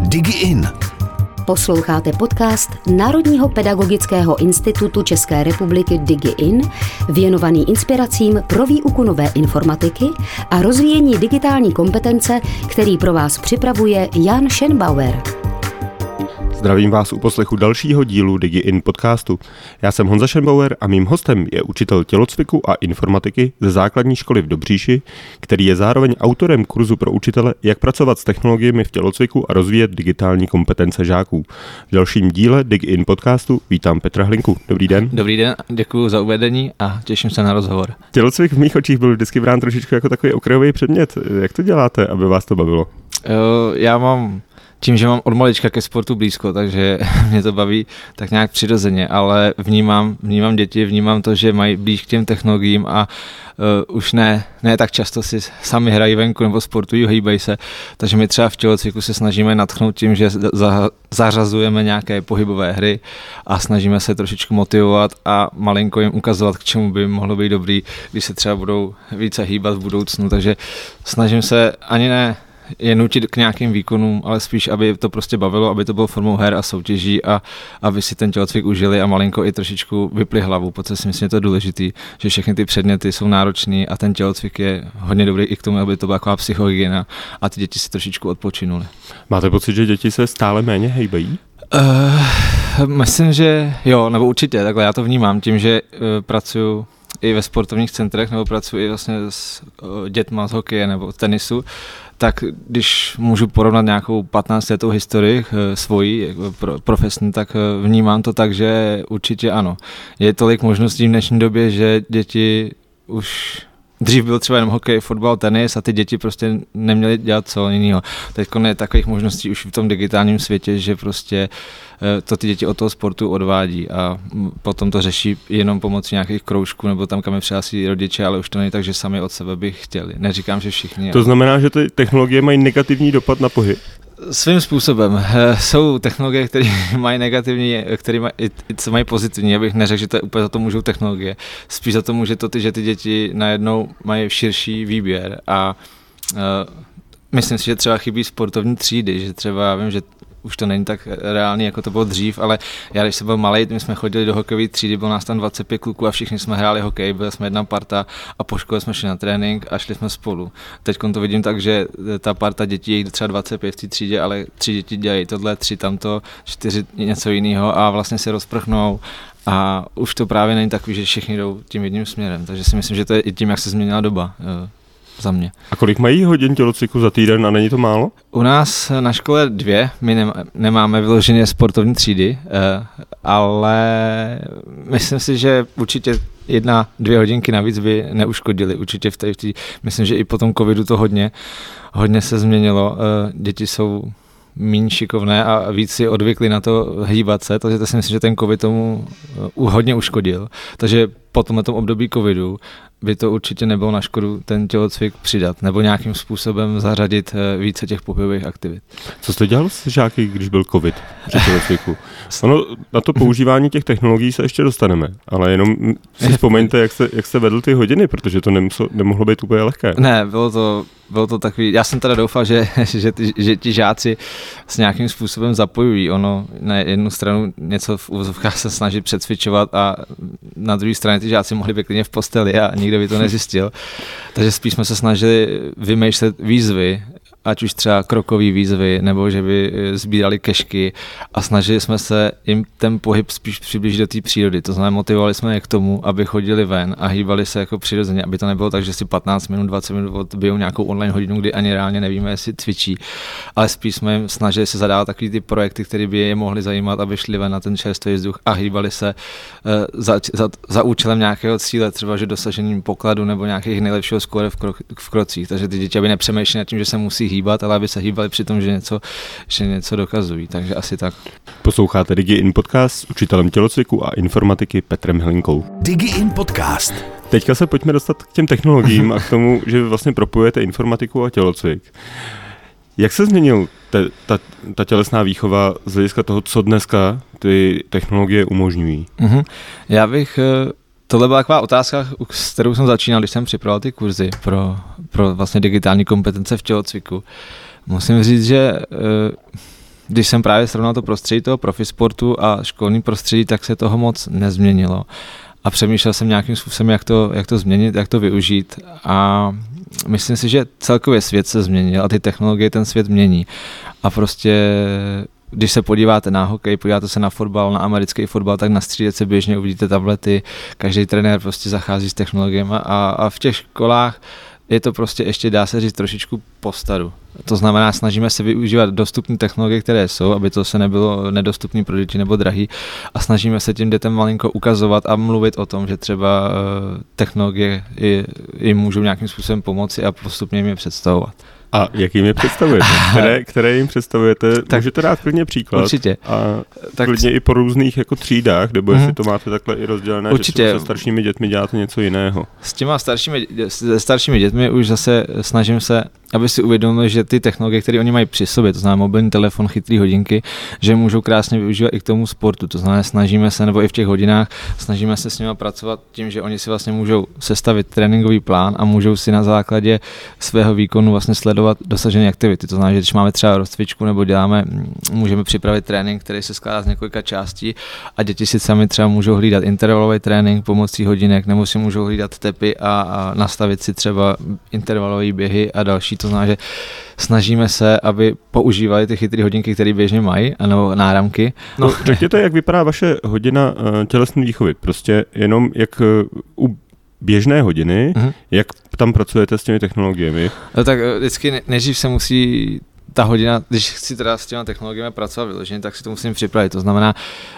DigiIn. Posloucháte podcast Národního pedagogického institutu České republiky DigiIn, věnovaný inspiracím pro výuku nové informatiky a rozvíjení digitální kompetence, který pro vás připravuje Jan Schenbauer. Zdravím vás u poslechu dalšího dílu DigiIn podcastu. Já jsem Honza Schenbauer a mým hostem je učitel tělocviku a informatiky ze základní školy v Dobříši, který je zároveň autorem kurzu pro učitele, jak pracovat s technologiemi v tělocviku a rozvíjet digitální kompetence žáků. V dalším díle DigiIn podcastu vítám Petra Hlinku. Dobrý den. Dobrý den, děkuji za uvedení a těším se na rozhovor. Tělocvik v mých očích byl vždycky brán trošičku jako takový okrajový předmět. Jak to děláte, aby vás to bavilo? Tím, že mám od malička ke sportu blízko, takže mě to baví tak nějak přirozeně, ale vnímám děti, vnímám to, že mají blíž k těm technologiím a už ne tak často si sami hrají venku nebo sportují, hýbají se, takže my třeba v tělocviku se snažíme nadchnout tím, že zařazujeme nějaké pohybové hry a snažíme se trošičku motivovat a malinko jim ukazovat, k čemu by mohlo být dobrý, když se třeba budou více hýbat v budoucnu, takže snažím se ani ne je nutit k nějakým výkonům, ale spíš, aby to prostě bavilo, aby to bylo formou her a soutěží a aby si ten tělocvik užili a malinko i trošičku vypli hlavu, protože si myslím, že to je důležitý, že všechny ty předměty jsou náročný a ten tělocvik je hodně dobrý i k tomu, aby to byla taková psychohygiena a ty děti si trošičku odpočinuly. Máte pocit, že děti se stále méně hejbají? Myslím, že jo, nebo určitě, takhle já to vnímám tím, že pracuju i ve sportovních centrech, nebo pracuji i vlastně s dětma z hokeje nebo tenisu, tak když můžu porovnat nějakou 15letou historii svoji profesní, tak vnímám to tak, že určitě ano. Je tolik možností v dnešní době, že děti už dřív byl třeba jenom hokej, fotbal, tenis a ty děti prostě neměly dělat co jiného. Teď je takových možností už v tom digitálním světě, že prostě to ty děti od toho sportu odvádí a potom to řeší jenom pomocí nějakých kroužků nebo tam, kam je přihlásí rodiče, ale už to není tak, že sami od sebe by chtěli. Neříkám, že všichni. To znamená, že ty technologie mají negativní dopad na pohyb? Svým způsobem. Jsou technologie, které mají negativní, které mají pozitivní. Já bych neřekl, že to je úplně za to můžou technologie. Spíš za to může to, že ty děti najednou mají širší výběr a myslím si, že třeba chybí sportovní třídy, že třeba já vím, že už to není tak reálný, jako to bylo dřív, ale já, když jsem byl malej, my jsme chodili do hokejové třídy, bylo nás tam 25 kluků a všichni jsme hráli hokej, byli jsme jedna parta a po škole jsme šli na trénink a šli jsme spolu. Teď to vidím tak, že ta parta dětí je třeba 25 v té třídě, ale 3 děti dělají tohle, 3 tamto, 4 něco jiného a vlastně se rozprchnou. A už to právě není takový, že všichni jdou tím jedním směrem, takže si myslím, že to je i tím, jak se změnila doba. Za mě. A kolik mají hodin tělocviku za týden a není to málo? U nás na škole 2, my nemáme vyloženě sportovní třídy, ale myslím si, že určitě 1-2 hodinky navíc by neuškodily. Určitě myslím, že i po tom covidu to hodně se změnilo. Děti jsou méně šikovné a víc si odvykli na to hýbat se, takže to si myslím, že ten covid tomu hodně uškodil. Takže po tomto období covidu by to určitě nebylo na škodu ten tělocvik přidat nebo nějakým způsobem zařadit více těch pohybových aktivit. Co jste dělal s žáky, když byl covid při tělocviku? Ono, na to používání těch technologií se ještě dostaneme, ale jenom si vzpomeňte, jak jste vedl ty hodiny, protože to nemohlo být úplně lehké. Ne, bylo to takový, já jsem teda doufal, že ti žáci s nějakým způsobem zapojují. Ono na jednu stranu něco v uvozovkách se snažit přecvičovat a na druhé straně ty žáci mohli být klidně v posteli a nikdo by to nezjistil. Takže spíš jsme se snažili vymýšlet výzvy, ať už třeba krokové výzvy, nebo že by sbírali kešky a snažili jsme se jim ten pohyb spíš přiblížit do té přírody. To znamená, motivovali jsme je k tomu, aby chodili ven a hýbali se jako přirozeně, aby to nebylo tak, že si 15 minut, 20 minut odbijou nějakou online hodinu, kdy ani reálně nevíme, jestli cvičí, ale spíš jsme jim snažili se zadávat takový ty projekty, které by je mohly zajímat, aby šli ven na ten čerstvý vzduch a hýbali se za účelem nějakého cíle, třeba že dosažením pokladu nebo nějakých nejlepšího skóre v krocích. Takže ty děti aby nepřemýšleli nad tím, že se musí hýbat, ale aby se hýbali při tom, že něco dokazují. Takže asi tak. Posloucháte DigiIn podcast s učitelem tělocviku a informatiky Petrem Hlinkou. DigiIn podcast. Teďka se pojďme dostat k těm technologiím a k tomu, že vlastně propojujete informatiku a tělocvik. Jak se změnil ta tělesná výchova z hlediska toho, co dneska ty technologie umožňují? Já bych Tohle byla taková otázka, s kterou jsem začínal, když jsem připravoval ty kurzy pro vlastně digitální kompetence v tělocviku. Musím říct, že když jsem právě srovnal to prostředí toho profisportu a školní prostředí, tak se toho moc nezměnilo. A přemýšlel jsem nějakým způsobem, jak to změnit, jak to využít. A myslím si, že celkově svět se změnil a ty technologie ten svět mění. A prostě, když se podíváte na hokej, podíváte se na fotbal, na americký fotbal, tak na střídece běžně uvidíte tablety, každý trenér prostě zachází s technologiemi a v těch školách je to prostě ještě, dá se říct, trošičku po staru. To znamená, snažíme se využívat dostupné technologie, které jsou, aby to se nebylo nedostupné pro děti nebo drahý, a snažíme se tím dětem malinko ukazovat a mluvit o tom, že třeba technologie jim můžou nějakým způsobem pomoci a postupně jim je představovat. A jakým je představujete? Které jim představujete? Tak, můžete dát klidně příklad. Určitě. A tak klidně i po různých jako třídách, nebo jestli to máte takhle i rozdělené, určitě. Že se staršími dětmi děláte něco jiného. S těma staršími dětmi už zase snažím se, aby si uvědomili, že ty technologie, které oni mají při sobě, to znamená mobilní telefon, chytrý hodinky, že můžou krásně využívat i k tomu sportu. To znamená, snažíme se, nebo i v těch hodinách, snažíme se s nimi pracovat tím, že oni si vlastně můžou sestavit tréninkový plán a můžou si na základě svého výkonu vlastně sledovat dosažené aktivity. To znamená, že když máme třeba rozcvičku nebo můžeme připravit trénink, který se skládá z několika částí a děti si sami třeba můžou hlídat intervalový trénink pomocí hodinek, nebo si můžou hlídat tepy a nastavit si třeba intervalové běhy a další. To znamená, že snažíme se, aby používali ty chytré hodinky, které běžně mají, nebo náramky. No, řekněte, jak vypadá vaše hodina tělesné výchovy. Prostě jenom jak u běžné hodiny, jak tam pracujete s těmi technologiemi? No tak vždycky nejdřív se musí ta hodina, když chci teda s těma technologiemi pracovat vyloženě, tak si to musím připravit. To znamená,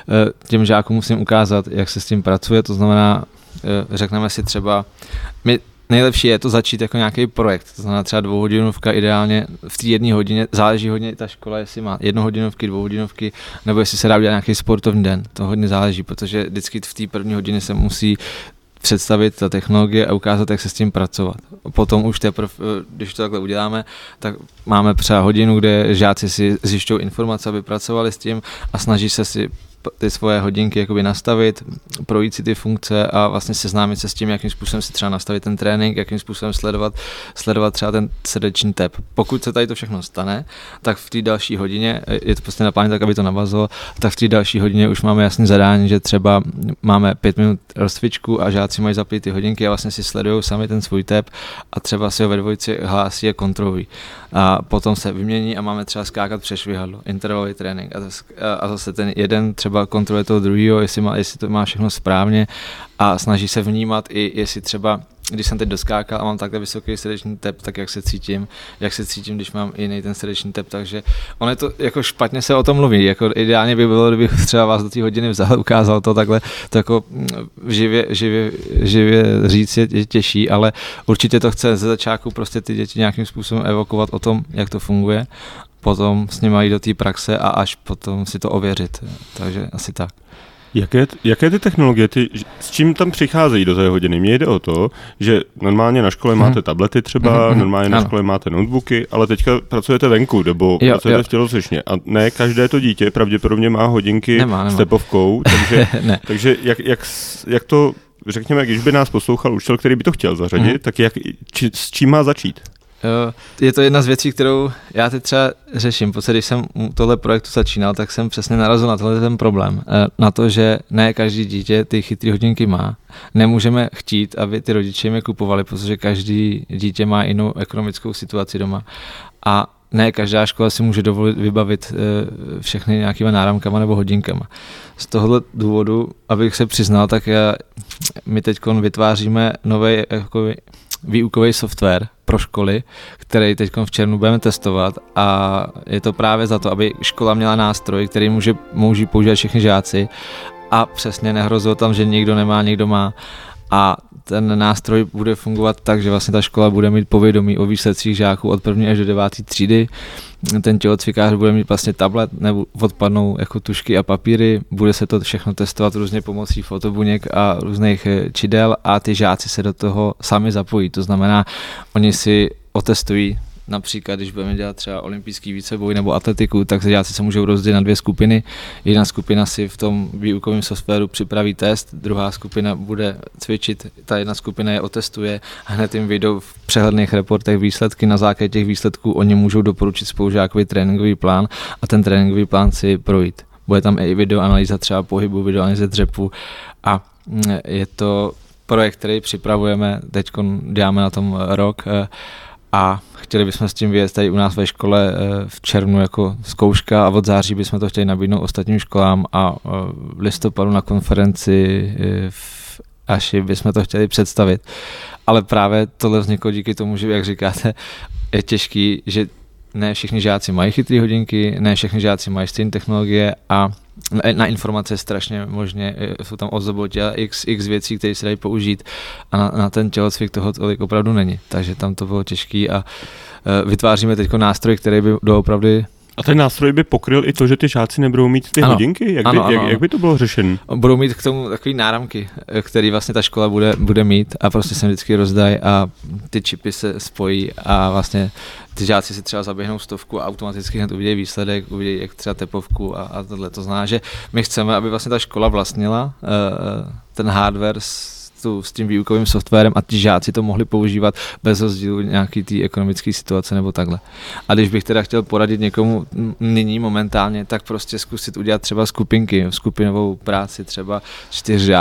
těm žákům musím ukázat, jak se s tím pracuje. To znamená, řekneme si třeba, nejlepší je to začít jako nějaký projekt, to znamená třeba 2hodinovka, ideálně v té 1 hodině, záleží hodně ta škola, jestli má 1hodinovky, 2hodinovky, nebo jestli se dá udělat nějaký sportovní den, to hodně záleží, protože vždycky v té 1. hodině se musí představit ta technologie a ukázat, jak se s tím pracovat. Potom už teprve, když to takhle uděláme, tak máme třeba hodinu, kde žáci si zjišťují informace, aby pracovali s tím a snaží se si ty svoje hodinky jakoby nastavit, projít si ty funkce a vlastně seznámit se s tím, jakým způsobem si třeba nastavit ten trénink, jakým způsobem sledovat třeba ten srdeční tep. Pokud se tady to všechno stane, tak v té další hodině, je to prostě napláněno tak, aby to navazilo, tak v té další hodině už máme jasný zadání, že třeba máme 5 minut rozcvičku a žáci mají zapít ty hodinky a vlastně si sledují sami ten svůj tep a třeba si ho ve dvojici hlásí a kontrolují. A potom se vymění a máme třeba skákat přes švihadlo, intervalový trénink a zase ten jeden třeba kontroluje toho druhého, jestli to má všechno správně a snaží se vnímat i jestli třeba, když jsem teď doskákal a mám takhle vysoký srdeční tep, tak jak se cítím, když mám jiný ten srdeční tep, takže ono je to jako špatně se o tom mluví, jako ideálně by bylo, kdybych třeba vás do té hodiny vzal, ukázal to takhle, to jako živě říct je těžší, ale určitě to chce ze začátku prostě ty děti nějakým způsobem evokovat o tom, jak to funguje, potom s nimi jít do té praxe a až potom si to ověřit, takže asi tak. Jaké ty technologie, s čím tam přicházejí do té hodiny? Mně jde o to, že normálně na škole máte tablety třeba, normálně na škole máte notebooky, ale teďka pracujete venku, nebo pracujete v tělocvičně a ne každé to dítě pravděpodobně má hodinky s tepovkou, takže jak to, řekněme, když by nás poslouchal učitel, který by to chtěl zařadit, tak s čím má začít? Je to jedna z věcí, kterou já teď třeba řeším, protože když jsem u tohle projektu začínal, tak jsem přesně narazil na tohle ten problém. Na to, že ne každý dítě ty chytré hodinky má. Nemůžeme chtít, aby ty rodiče jim je kupovali, protože každý dítě má jinou ekonomickou situaci doma. A ne každá škola si může dovolit vybavit všechny nějakýma náramkama nebo hodinkama. Z tohohle důvodu, abych se přiznal, tak my teď vytváříme nový výukový software pro školy, který teď v červnu budeme testovat a je to právě za to, aby škola měla nástroj, který můžou používat všichni žáci a přesně nehrozilo tam, že někdo nemá, někdo má a ten nástroj bude fungovat tak, že vlastně ta škola bude mít povědomí o výsledcích žáků od 1. až do 9. třídy. Ten tělocvikář bude mít vlastně tablet nebo odpadnou jako tužky a papíry, bude se to všechno testovat různě pomocí fotobuněk a různých čidel a ty žáci se do toho sami zapojí. To znamená, oni si otestují například, když budeme dělat třeba olympijský víceboj nebo atletiku, tak žáci se můžou rozdělit na 2 skupiny. Jedna skupina si v tom výukovém softwaru připraví test, druhá skupina bude cvičit, ta jedna skupina je otestuje a hned jim vyjdou v přehledných reportech výsledky. Na základě těch výsledků oni můžou doporučit spolužákovi tréninkový plán a ten tréninkový plán si projít. Bude tam i videoanalýza třeba pohybu, videoanalýza dřepu a je to projekt, který připravujeme, teď děláme na tom rok a chtěli bychom s tím vyjet tady u nás ve škole v červnu jako zkouška a od září bychom to chtěli nabídnout ostatním školám a v listopadu na konferenci v Aši bychom to chtěli představit. Ale právě tohle vzniklo díky tomu, že jak říkáte, je těžký, že ne všichni žáci mají chytré hodinky, ne všichni žáci mají stejné technologie a na informace je strašně možně, jsou tam ozobotě a x věcí, které se dají použít a na ten tělocvik toho tolik opravdu není. Takže tam to bylo těžký a vytváříme teď nástroj, který by doopravdy. A ten nástroj by pokryl i to, že ty žáci nebudou mít ty hodinky? Jak by to bylo řešeno? Budou mít k tomu takový náramky, který vlastně ta škola bude mít a prostě se vždycky rozdají a ty čipy se spojí a vlastně ty žáci si třeba zaběhnou 100 a automaticky hned uvidějí výsledek, uvidějí jak třeba tepovku a tohle. To znamená, že my chceme, aby vlastně ta škola vlastnila ten hardware s tím výukovým softwarem a ti žáci to mohli používat bez rozdílu nějaký té ekonomické situace nebo takhle. A když bych teda chtěl poradit někomu nyní momentálně, tak prostě zkusit udělat třeba skupinky, skupinovou práci třeba 4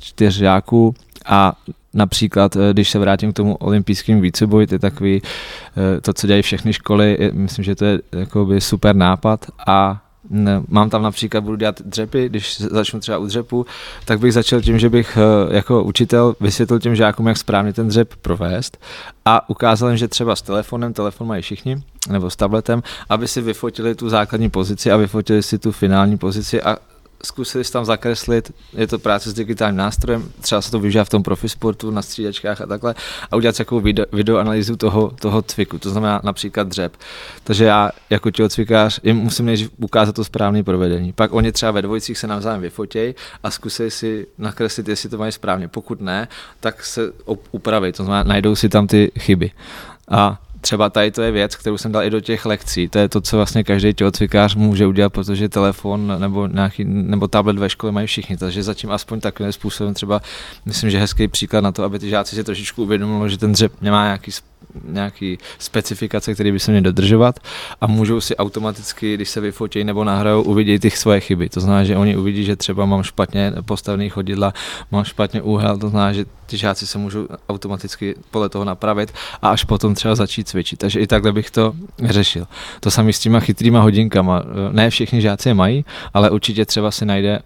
žáků a například, když se vrátím k tomu olympijským víceboji, to je takový, to, co dělají všechny školy, myslím, že to je jakoby super nápad a mám tam například, budu dělat dřepy, když začnu třeba u dřepu, tak bych začal tím, že bych jako učitel vysvětlil těm žákům, jak správně ten dřep provést a ukázal jim, že třeba s telefon mají všichni, nebo s tabletem, aby si vyfotili tu základní pozici a vyfotili si tu finální pozici a zkusili si tam zakreslit, je to práce s digitálním nástrojem, třeba se to využívá v tom profisportu, na střídačkách a takhle a udělat takovou videoanalýzu toho cviku, to znamená například dřep. Takže já jako tělocvikář jim musím nejdřív ukázat to správné provedení. Pak oni třeba ve dvojicích se navzájem vyfotějí a zkusí si nakreslit, jestli to mají správně. Pokud ne, tak se upraví, to znamená najdou si tam ty chyby. A třeba tady to je věc, kterou jsem dal i do těch lekcí. To je to, co vlastně každý tělocvikář může udělat, protože telefon nebo tablet ve škole mají všichni. Takže zatím aspoň takovým způsobem třeba, myslím, že hezký příklad na to, aby ty žáci si trošičku uvědomili, že ten dřep nemá nějaký specifikace, které by se měly dodržovat a můžou si automaticky, když se vyfotí nebo nahrajou, uvidět ty svoje chyby. To znamená, že oni uvidí, že třeba mám špatně postavený chodidla, mám špatně úhel, to znamená, že ty žáci se můžou automaticky podle toho napravit a až potom třeba začít cvičit. Takže i takhle bych to řešil. To samé s těma chytrýma hodinkama. Ne všichni žáci je mají, ale určitě třeba si najde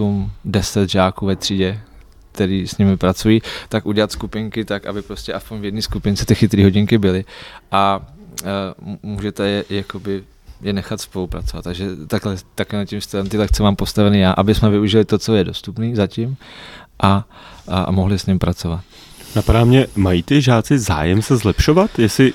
8-10 žáků ve třídě, který s nimi pracují, tak udělat skupinky tak, aby prostě aspoň v jedné skupince ty chytré hodinky byly a můžete je nechat spolupracovat. Takže takhle tím stylem ty lekce mám postavený já, aby jsme využili to, co je dostupné zatím a mohli s ním pracovat. Napadá mě, mají ty žáci zájem se zlepšovat? Jestli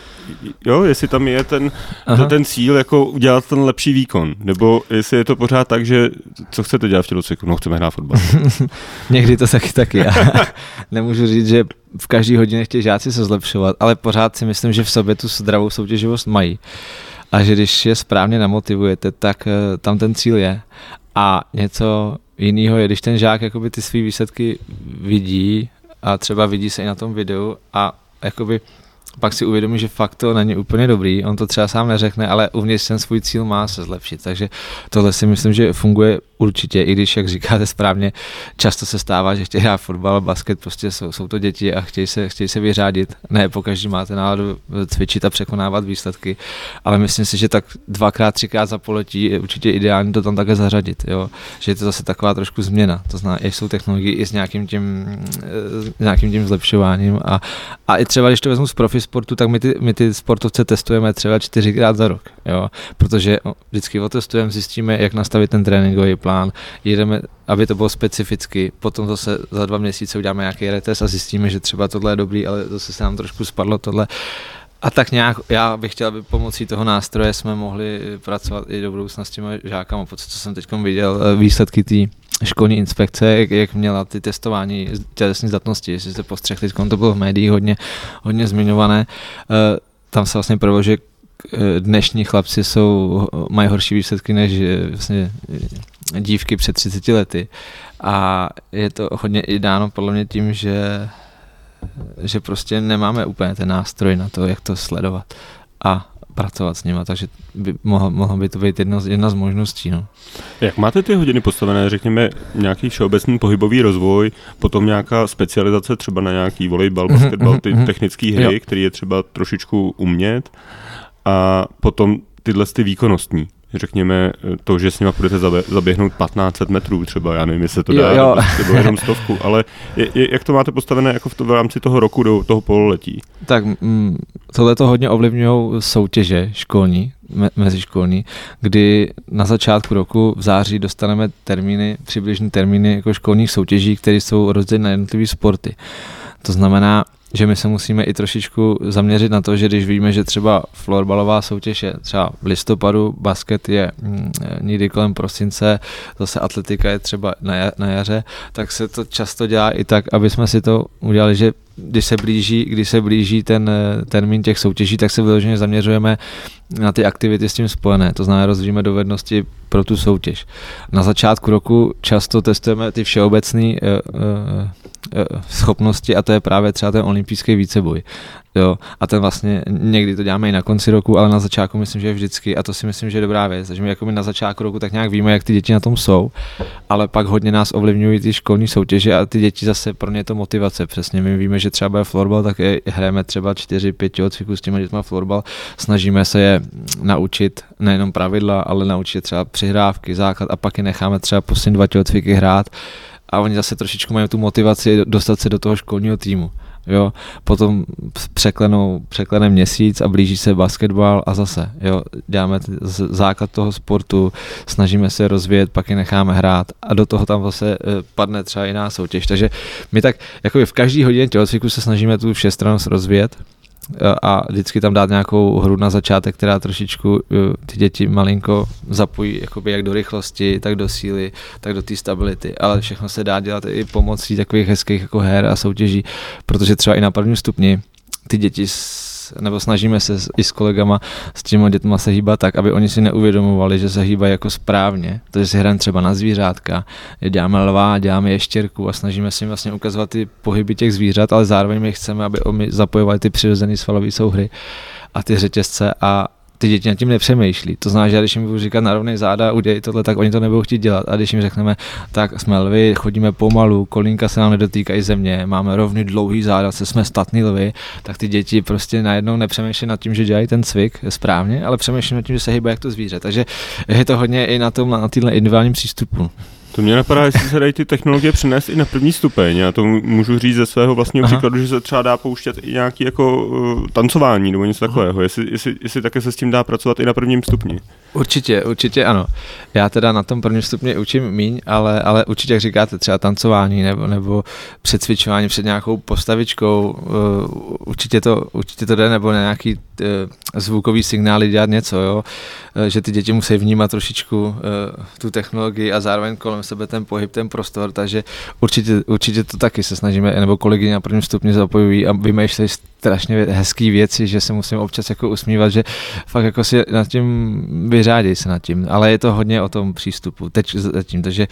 tam je ten cíl jako udělat ten lepší výkon, nebo jestli je to pořád tak, že co chcete dělat v tělocviku? No, chceme hrát fotbal. Někdy to taky. Já nemůžu říct, že v každý hodině chtějí žáci se zlepšovat, ale pořád si myslím, že v sobě tu zdravou soutěživost mají. A že když je správně namotivujete, tak tam ten cíl je. A něco jiného je, když ten žák jakoby ty svý výsledky vidí a třeba vidí se i na tom videu a jakoby pak si uvědomí, že fakt to není úplně dobrý, on to třeba sám neřekne, ale uvnitř ten svůj cíl má se zlepšit, takže tohle si myslím, že funguje určitě, i když, jak říkáte správně, často se stává, že chtějí hrát fotbal, basket, prostě jsou to děti a chtějí se vyřádit, ne pokaždý máte náladu cvičit a překonávat výsledky, ale myslím si, že tak 2x, 3x za poletí je určitě ideální to tam také zařadit, jo? Že je to zase taková trošku změna, to znamená, jsou technologie i s nějakým tím zlepšováním a i třeba, když to vezmu z profisportu, tak my ty sportovce testujeme třeba 4x za rok, jo? Protože vždycky otestujeme, zjistíme, jak nastavit ten tréninkový plán, jedeme, aby to bylo specificky, potom zase za 2 měsíce uděláme nějaký retest a zjistíme, že třeba tohle je dobrý, ale zase se nám trošku spadlo tohle. A tak nějak, já bych chtěl, aby pomocí toho nástroje jsme mohli pracovat i do budoucna s těma žákama, po co jsem teď viděl výsledky té školní inspekce, jak měla ty testování tělesné zdatnosti, jestli jste postřehli, to bylo v médiích hodně zmiňované, tam se vlastně provedlo, že dnešní chlapci mají horší výsledky než vlastně dívky před 30 lety. A je to hodně i dáno podle mě tím, že prostě nemáme úplně ten nástroj na to, jak to sledovat a pracovat s nima, takže by mohlo by to být jedna z možností. No. Jak máte ty hodiny postavené, řekněme, nějaký všeobecný pohybový rozvoj, potom nějaká specializace třeba na nějaký volejbal, basketbal, ty technické hry, které je třeba trošičku umět, a potom tyhle ty výkonnostní. Řekněme to, že s nima budete zaběhnout 1500 metrů třeba, já nevím, jestli se to dá, nebo jenom 100, ale jak to máte postavené jako v rámci toho roku do toho pololetí? Tak tohle to hodně ovlivňují soutěže školní, meziškolní, kdy na začátku roku v září dostaneme přibližné termíny jako školních soutěží, které jsou rozděleny na jednotlivé sporty. To znamená, že my se musíme i trošičku zaměřit na to, že když víme, že třeba florbalová soutěž je třeba v listopadu, basket je někdy kolem prosince, zase atletika je třeba na jaře, tak se to často dělá i tak, aby jsme si to udělali, že když se blíží ten termín těch soutěží, tak se vyloženě zaměřujeme na ty aktivity s tím spojené. To znamená, rozvíjíme dovednosti pro tu soutěž. Na začátku roku často testujeme ty všeobecné schopnosti a to je právě třeba ten olympijský víceboj. Jo, a ten vlastně někdy to děláme i na konci roku, ale na začátku myslím, že je vždycky, a to si myslím, že je dobrá věc, takže my jako na začátku roku tak nějak víme, jak ty děti na tom jsou, ale pak hodně nás ovlivňují ty školní soutěže a ty děti zase pro ně je to motivace, přesně. My víme, že třeba je florbal, tak hrajeme třeba 4-5 tělocviků s těma dětma florbal, snažíme se je naučit nejenom pravidla, ale naučit třeba přihrávky, základ a pak je necháme třeba poslední 2 tělocviky hrát a oni zase trošičku mají tu motivaci dostat se do toho školního týmu. Jo, potom překlene měsíc a blíží se basketbal a zase, jo, děláme základ toho sportu, snažíme se rozvíjet, pak je necháme hrát a do toho tam zase padne třeba jiná soutěž, takže my tak jakoby v každý hodině tělocviku se snažíme tu všestrannost rozvíjet a vždycky tam dát nějakou hru na začátek, která trošičku ty děti malinko zapojí jakoby jak do rychlosti, tak do síly, tak do té stability, ale všechno se dá dělat i pomocí takových hezkých jako her a soutěží, protože třeba i na prvním stupni ty děti nebo snažíme se i s kolegama s těma dětma se hýbat tak, aby oni si neuvědomovali, že se hýbají jako správně. Takže si hrajeme třeba na zvířátka, děláme lva, děláme ještěrku a snažíme si jim vlastně ukazovat ty pohyby těch zvířat, ale zároveň my chceme, aby oni zapojovali ty přirozené svalové souhry a ty řetězce a ty děti nad tím nepřemýšlí. To znamená, že když jim budu říkat na rovnej záda, udělej tohle, tak oni to nebudou chtít dělat. A když jim řekneme, tak jsme lvy, chodíme pomalu, kolínka se nám nedotýkají země, máme rovný dlouhý záda, jsme statný lvy, tak ty děti prostě najednou nepřemýšlí nad tím, že dělají ten cvik správně, ale přemýšlí nad tím, že se hýbají jak to zvíře. Takže je to hodně i na téhle individuálním přístupu. To mě napadá, jestli se dají ty technologie přenést i na první stupeň. Já to můžu říct ze svého vlastního příkladu, že se třeba dá pouštět i nějaký jako tancování nebo něco takového. Jestli také se s tím dá pracovat i na prvním stupni. Určitě ano. Já teda na tom prvním stupni učím míň, ale určitě, jak říkáte, třeba tancování nebo předcvičování před nějakou postavičkou, určitě to jde, nebo na nějaký zvukový signály dělat něco, jo? Že ty děti musí vnímat trošičku tu technologii a zároveň kolem sebe ten pohyb, ten prostor, takže určitě to taky se snažíme, nebo kolegyně na prvním stupni zapojují a vymýšlejí strašně hezký věci, že se musím občas jako usmívat, že fakt jako si nad tím vyřádějí se nad tím, ale je to hodně o tom přístupu teď zatím, takže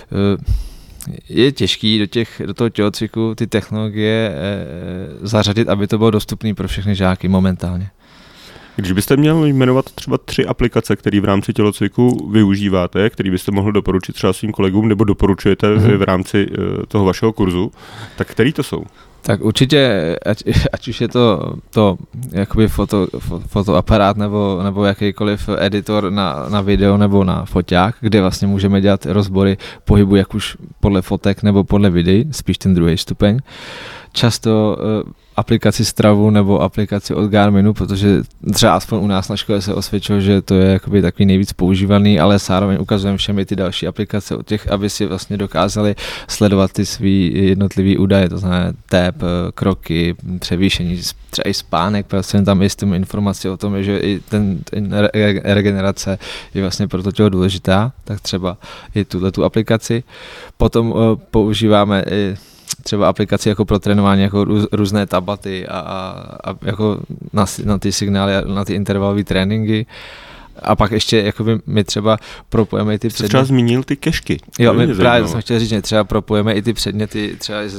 je těžký do toho tělocviku ty technologie zařadit, aby to bylo dostupné pro všechny žáky momentálně. Když byste měl jmenovat třeba 3 aplikace, které v rámci tělocviku využíváte, které byste mohl doporučit třeba svým kolegům nebo doporučujete v rámci toho vašeho kurzu, tak který to jsou? Tak určitě, ať už je to jakoby fotoaparát nebo jakýkoliv editor na video nebo na foťák, kde vlastně můžeme dělat rozbory pohybu jak už podle fotek nebo podle videí, spíš ten druhý stupeň. Často aplikaci Stravu nebo aplikaci od Garminu, protože třeba aspoň u nás na škole se osvědčilo, že to je jakoby takový nejvíc používaný, ale zároveň ukazujeme všem i ty další aplikace od těch, aby si vlastně dokázali sledovat ty svý jednotlivý údaje, to znamená tep, kroky, převýšení, třeba i spánek, pracujeme tam i s tím informací o tom, že i ten regenerace je vlastně pro to tělo důležitá, tak třeba i tu aplikaci. Potom používáme i třeba aplikaci jako pro trénování, jako různé tabaty a jako na ty signály, na ty intervalové tréninky. A pak ještě jakoby my třeba propojeme i ty předměty. Třeba zmínil ty kešky. Jo, my právě jsme chtěli říct, že třeba propojeme i ty předměty třeba se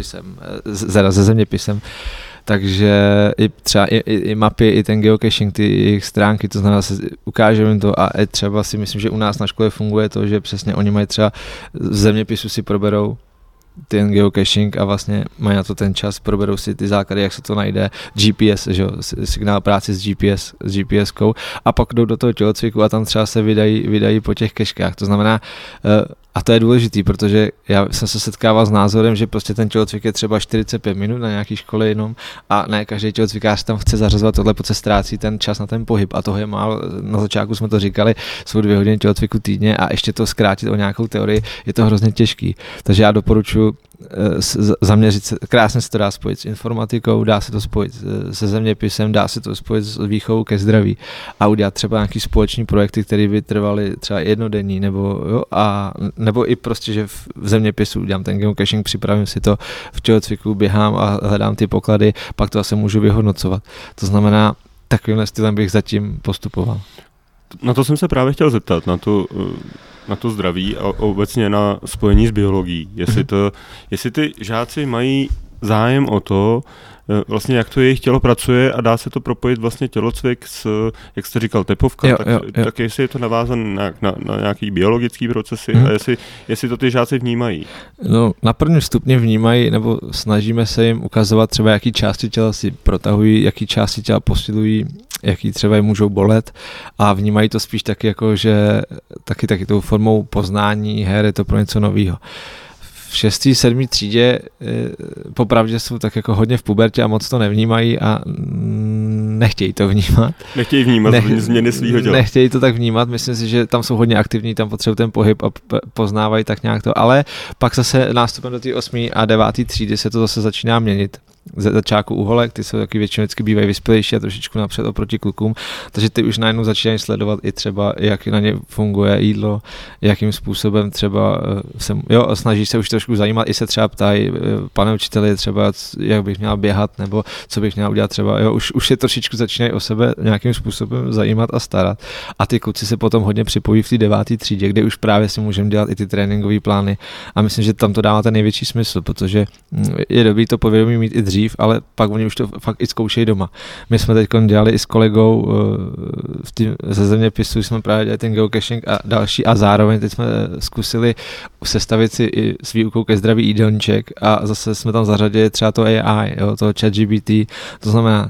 zeměpisem. Takže i třeba i mapy, i ten geocaching, ty jejich stránky, to znamená, ukážeme jim to a třeba si myslím, že u nás na škole funguje to, že přesně oni mají třeba v zeměpisu si proberou ten geocaching a vlastně mají na to ten čas, proberou si ty základy, jak se to najde, GPS, že jo, signál práci s GPS-kou a pak jdou do toho tělocviku a tam třeba se vydají po těch keškách. To znamená, a to je důležitý, protože já jsem se setkával s názorem, že prostě ten tělocvik je třeba 45 minut na nějaký škole jenom a ne každý tělocvikář tam chce zařazovat tohle, protože ztrácí ten čas na ten pohyb a toho je málo. Na začátku jsme to říkali, jsou 2 hodiny tělocviku týdně a ještě to zkrátit o nějakou teorii je to hrozně těžký. Takže já doporučuji zaměřit se, krásně se to dá spojit s informatikou, dá se to spojit se zeměpisem, dá se to spojit s výchovou ke zdraví a udělat třeba nějaký společný projekty, které by trvaly třeba jednodenní nebo i prostě, že v zeměpisu udělám ten geocaching, připravím si to v tělocviku, běhám a hledám ty poklady, pak to asi můžu vyhodnocovat. To znamená, takovýmhle stylem bych zatím postupoval. Na to jsem se právě chtěl zeptat, na to zdraví a obecně na spojení s biologií. Jestli ty žáci mají zájem o to, vlastně jak to jejich tělo pracuje a dá se to propojit vlastně tělocvik s, jak jste říkal, tepovka, tak jestli je to navázané na nějaký biologický procesy a jestli to ty žáci vnímají. No, na prvním stupni vnímají, nebo snažíme se jim ukazovat třeba, jaký části těla si protahují, jaký části těla posilují, jaký třeba je můžou bolet a vnímají to spíš taky jako, že taky tou formou poznání her je to pro něco novýho. V 6. 7. třídě popravdě jsou tak jako hodně v pubertě a moc to nevnímají a nechtějí to vnímat. Nechtějí vnímat změny svýho těla. Nechtějí to tak vnímat, myslím si, že tam jsou hodně aktivní, tam potřebují ten pohyb a poznávají tak nějak to, ale pak zase nástupem do té 8. a 9. třídy se to zase začíná měnit. Ze začátku uholek, ty jsou taky většinou vždycky bývají vyspělejší a trošičku napřed oproti klukům, takže ty už najednou začínají sledovat i třeba, jak na ně funguje jídlo, jakým způsobem třeba snaží se už trošku zajímat, i se třeba ptají, pane učiteli, třeba jak bych měl běhat, nebo co bych měl udělat třeba, už se trošičku začínají o sebe nějakým způsobem zajímat a starat. A ty kluci se potom hodně připojí v té 9. třídě, kde už právě si můžeme dělat i ty tréninkové plány a myslím, že tam to dává ten největší smysl, protože je dobrý to povědomí mít i dřív, ale pak oni už to fakt i zkoušejí doma. My jsme teď dělali i s kolegou ze zeměpisu, jsme právě dělali ten geocaching a další a zároveň teď jsme zkusili sestavit si i s výukou ke zdraví jídelníček a zase jsme tam zařadili třeba to AI, to ChatGPT, to znamená,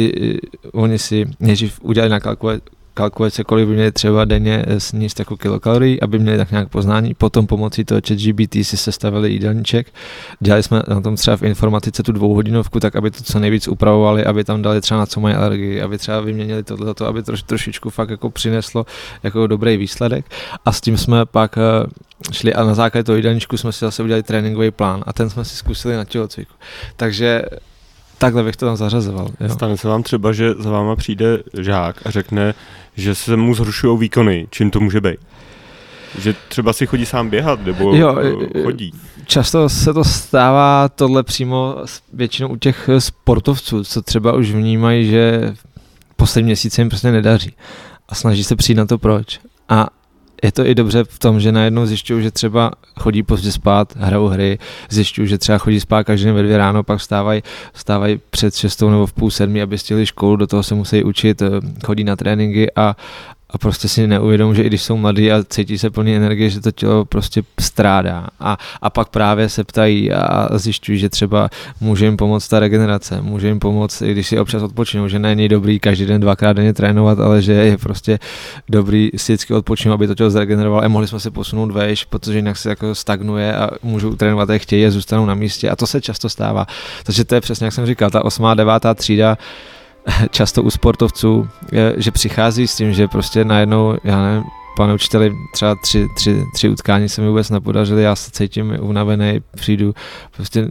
oni si nejdřív udělali na kalkulace, kolik by měli třeba denně sníst jako kilokalorií, aby měli tak nějak poznání. Potom pomocí toho ChatGPT si sestavili jídelníček. Dělali jsme na tom třeba v informatice tu 2hodinovku, tak aby to co nejvíc upravovali, aby tam dali třeba na co mají alergii, aby třeba vyměnili tohleto, aby trošičku fakt jako přineslo jako dobrý výsledek. A s tím jsme pak šli a na základě toho jídelníčku jsme si zase udělali tréninkový plán a ten jsme si zkusili na tělocviku. Takže takhle bych to tam zařazoval. Jo. Stane se vám třeba, že za váma přijde žák a řekne, že se mu zhoršují výkony. Čím to může být? Že třeba si chodí sám běhat, nebo chodí? Často se to stává tohle přímo většinou u těch sportovců, co třeba už vnímají, že poslední měsíce jim prostě nedaří. A snaží se přijít na to proč. A je to i dobře v tom, že najednou zjišťují, že třeba chodí pozdě spát, hrajou hry, zjišťují, že třeba chodí spát každý den ve 2 ráno, pak vstávají před 6 nebo v 6:30, aby stihli školu, do toho se musí učit, chodí na tréninky a prostě si neuvědomují, že i když jsou mladí a cítí se plný energie, že to tělo prostě strádá. A pak právě se ptají a zjišťují, že třeba může jim pomoct ta regenerace, může jim pomoct, i když si občas odpočinou, že není dobrý každý den 2krát denně trénovat, ale že je prostě dobrý si vždycky odpočinout, aby to tělo zregenerovalo a mohli jsme se posunout vejš, protože jinak se jako stagnuje a můžou trénovat, jak chtějí a zůstanou na místě a to se často stává. Takže to je přesně, jak jsem říkal, ta 8. a 9. třída často u sportovců, že přichází s tím, že prostě najednou, já nevím, pane učiteli, třeba tři utkání se mi vůbec nepodařily, já se cítím unavený, přijdu prostě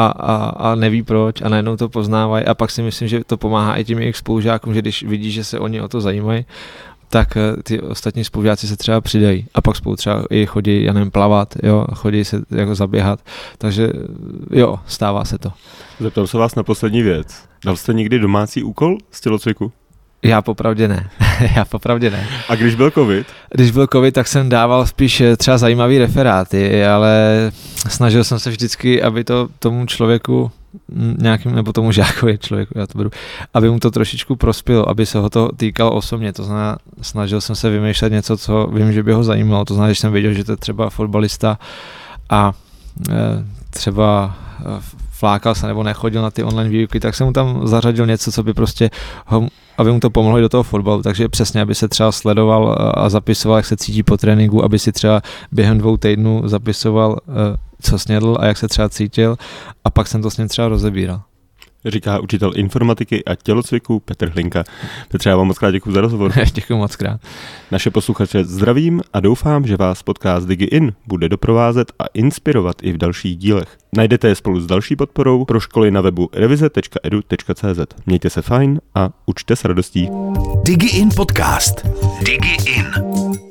a neví proč a najednou to poznávají a pak si myslím, že to pomáhá i těm jejich spolužákům, že když vidí, že se oni o to zajímají, tak ty ostatní spolužáci se třeba přidají a pak spolu třeba i chodí, já nevím, plavat, jo, chodí se jako zaběhat, takže jo, stává se to. Zeptal se vás na poslední věc. Dal jste někdy domácí úkol z tělocviku? Já popravdě ne. A když byl covid? Když byl covid, tak jsem dával spíš třeba zajímavý referáty, ale snažil jsem se vždycky, aby to tomu člověku nějakým, nebo tomu žákovi člověku, já to beru, aby mu to trošičku prospělo, aby se ho to týkalo osobně, to znamená, snažil jsem se vymýšlet něco, co vím, že by ho zajímalo, to znamená, že jsem věděl, že to je třeba fotbalista a třeba flákal se nebo nechodil na ty online výuky, tak jsem mu tam zařadil něco, co by prostě aby mu to pomohlo i do toho fotbalu, takže přesně, aby se třeba sledoval a zapisoval, jak se cítí po tréninku, aby si třeba během 2 týdnů zapisoval, co snědl a jak se třeba cítil a pak jsem to s ním třeba rozebíral. Říká učitel informatiky a tělocviku Petr Hlinka. Petře, já vám moc krát děkuji za rozhovor. Děkuji moc krát. Naše posluchače zdravím a doufám, že vás podcast DigiIn bude doprovázet a inspirovat i v dalších dílech. Najdete je spolu s další podporou pro školy na webu revize.edu.cz. Mějte se fajn a učte s radostí. DigiIn podcast. DigiIn.